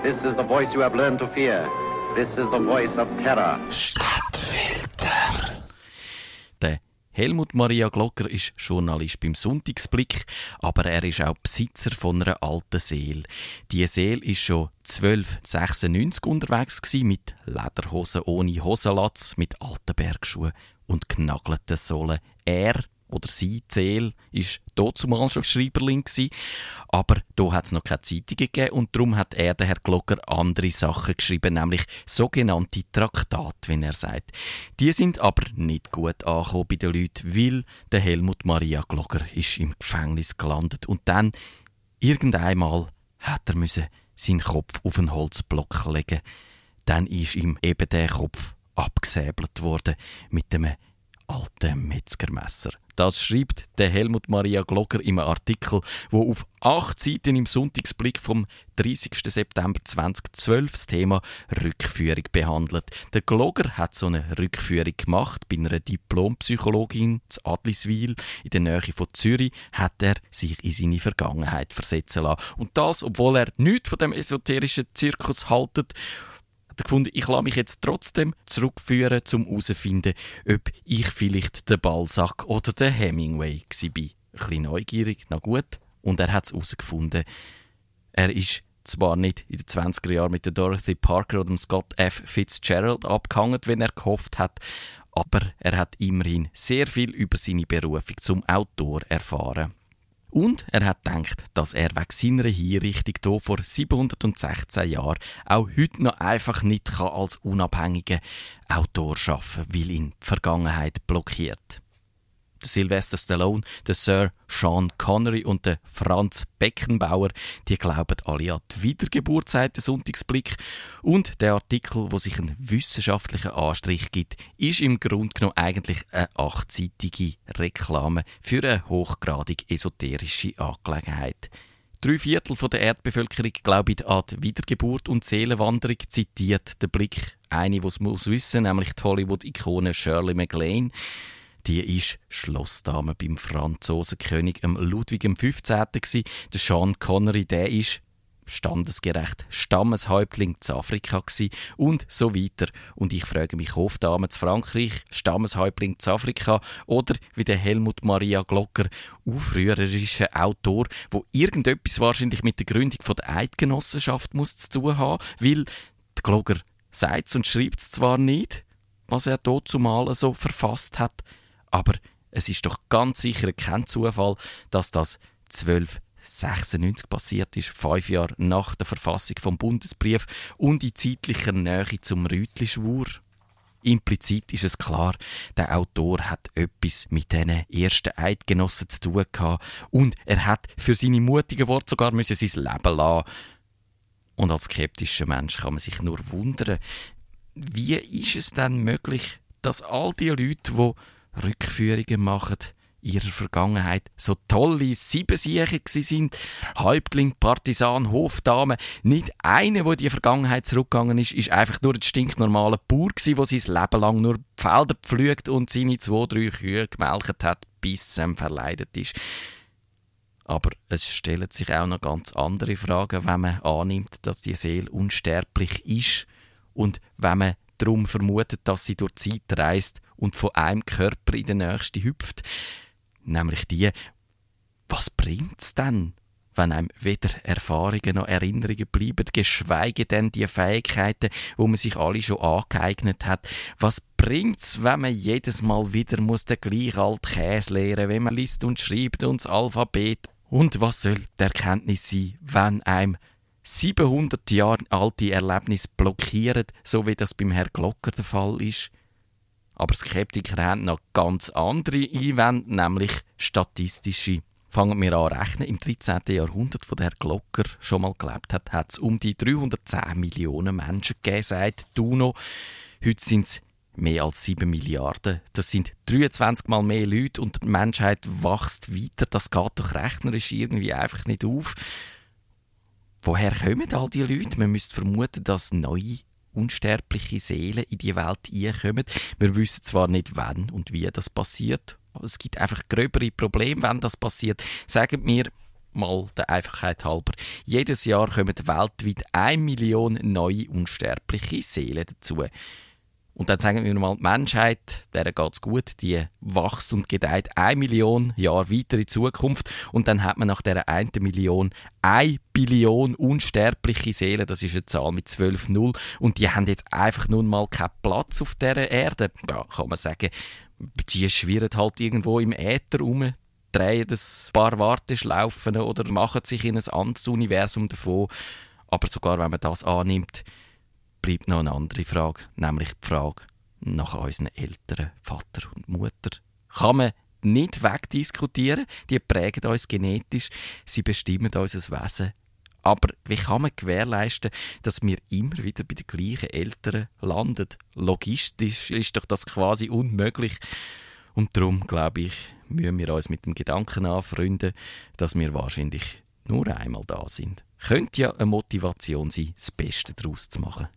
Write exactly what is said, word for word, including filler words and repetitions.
This is the voice you have learned to fear. This is the voice of terror. Stadtfilter. Der Helmut Maria Glocker ist Journalist beim Sonntagsblick, aber er ist auch Besitzer von einer alten Seele. Diese Seele war schon zwölfhundertsechsundneunzig unterwegs gewesen, mit Lederhosen ohne Hosenlatz, mit alten Bergschuhen und genagelten Sohlen. Er oder sie, Seele, war dazumal schon Schreiberling gewesen, aber da hat es noch keine Zeitung gegeben und darum hat er, der Herr Glocker, andere Sachen geschrieben, nämlich sogenannte Traktate, wie er sagt. Die sind aber nicht gut angekommen bei den Leuten, weil der Helmut Maria Glocker ist im Gefängnis gelandet und dann, irgendeinmal, hat er müssen seinen Kopf auf einen Holzblock legen. Dann ist ihm eben der Kopf abgesäbelt worden mit einem alten Metzgermesser. Das schreibt der Helmut Maria Glocker im Artikel, wo auf acht Seiten im Sonntagsblick vom dreißigsten September zweitausendzwölf das Thema Rückführung behandelt. Der Glocker hat so eine Rückführung gemacht. Bei einer Diplompsychologin in Adliswil in der Nähe von Zürich hat er sich in seine Vergangenheit versetzen lassen. Und das, obwohl er nichts von dem esoterischen Zirkus haltet. Hat er gefunden, ich lasse mich jetzt trotzdem zurückführen, um herauszufinden, ob ich vielleicht der Balzac oder der Hemingway war. Ein bisschen neugierig, na gut. Und er hat es herausgefunden. Er ist zwar nicht in den zwanziger Jahren mit der Dorothy Parker oder dem Scott F. Fitzgerald abgehangen, wenn er gehofft hat, aber er hat immerhin sehr viel über seine Berufung zum Autor erfahren. Und er hat gedacht, dass er wegen seiner Hinrichtung hier vor siebenhundertsechzehn Jahren auch heute noch einfach nicht als unabhängiger Autor arbeiten kann, weil ihn die Vergangenheit blockiert. Der Sylvester Stallone, der Sir Sean Connery und der Franz Beckenbauer, die glauben alle an die Wiedergeburt, sagt der Sonntagsblick. Und der Artikel, wo sich einen wissenschaftlichen Anstrich gibt, ist im Grunde genommen eigentlich eine achtseitige Reklame für eine hochgradig esoterische Angelegenheit. Drei Viertel der Erdbevölkerung glauben an die Wiedergeburt und Seelenwanderung, zitiert der Blick eine, die es muss wissen, nämlich die Hollywood-Ikone Shirley MacLaine. Die war Schlossdame beim Franzosenkönig Ludwig der fünfzehnte Der Sean Connery, der ist standesgerecht Stammeshäuptling zu Afrika gsi und so weiter. Und ich frage mich, Hofdame zu Frankreich, Stammeshäuptling zu Afrika oder wie der Helmut Maria Glocker, aufrührerischer Autor, wo irgendetwas wahrscheinlich mit der Gründung der Eidgenossenschaft muss zu tun haben, weil der Glocker sagt es und schreibt es zwar nicht, was er dort zumal so verfasst hat, aber es ist doch ganz sicher kein Zufall, dass das zwölfhundertsechsundneunzig passiert ist, fünf Jahre nach der Verfassung vom Bundesbrief und in zeitlicher Nähe zum Rütli-Schwur. Implizit ist es klar, der Autor hat etwas mit diesen ersten Eidgenossen zu tun gehabt und er hat für seine mutigen Worte sogar müssen sein Leben lassen. Und als skeptischer Mensch kann man sich nur wundern, wie ist es denn möglich, dass all die Leute, die Rückführungen machen, in ihrer Vergangenheit so tolle Siebensiechen sind, Häuptling, Partisan, Hofdame, nicht einer, der in die Vergangenheit zurückgegangen ist, ist einfach nur ein stinknormaler Bauer gewesen, der sein Leben lang nur die Felder gepflügt und seine zwei, drei Kühe gemelkt hat, bis er verleidet ist. Aber es stellen sich auch noch ganz andere Fragen, wenn man annimmt, dass die Seele unsterblich ist und wenn man darum vermutet, dass sie durch die Zeit reist und von einem Körper in den nächsten hüpft. Nämlich die, was bringt es denn, wenn einem weder Erfahrungen noch Erinnerungen bleiben, geschweige denn die Fähigkeiten, wo man sich alle schon angeeignet hat. Was bringt es, wenn man jedes Mal wieder muss den gleichen alten Käse lernen, wenn man liest und schreibt und das Alphabet? Und was soll die Erkenntnis sein, wenn einem siebenhundert Jahre alte Erlebnisse blockieren, so wie das beim Herrn Glocker der Fall ist. Aber Skeptiker haben noch ganz andere Einwände, nämlich statistische. Fangen wir an rechnen. Im dreizehnten Jahrhundert, wo der Herr Glocker schon mal gelebt hat, hat es um die dreihundertzehn Millionen Menschen gegeben, sagt die UNO. Heute sind es mehr als sieben Milliarden. Das sind dreiundzwanzig Mal mehr Leute und die Menschheit wächst weiter. Das geht doch rechnerisch irgendwie einfach nicht auf. Woher kommen all die Leute? Man müsste vermuten, dass neue, unsterbliche Seelen in die Welt einkommen. Wir wissen zwar nicht, wann und wie das passiert. Es gibt einfach gröbere Probleme, wenn das passiert. Sagen wir, mal der Einfachheit halber. Jedes Jahr kommen weltweit eine Million neue unsterbliche Seelen dazu. Und dann sagen wir mal, die Menschheit, der geht es gut, die wächst und gedeiht eine Million Jahre weiter in die Zukunft. Und dann hat man nach dieser einen Million eine Billion unsterbliche Seelen. Das ist eine Zahl mit zwölf Null. Und die haben jetzt einfach nun mal keinen Platz auf dieser Erde. Ja, kann man sagen, die schwirren halt irgendwo im Äther rum, drehen ein paar Warteschlaufen oder machen sich in ein anderes Universum davon. Aber sogar wenn man das annimmt, bleibt noch eine andere Frage, nämlich die Frage nach unseren Eltern, Vater und Mutter. Kann man nicht wegdiskutieren, die prägen uns genetisch, sie bestimmen unser Wesen. Aber wie kann man gewährleisten, dass wir immer wieder bei den gleichen Eltern landen? Logistisch ist doch das quasi unmöglich. Und darum, glaube ich, müssen wir uns mit dem Gedanken anfreunden, dass wir wahrscheinlich nur einmal da sind. Könnte ja eine Motivation sein, das Beste daraus zu machen.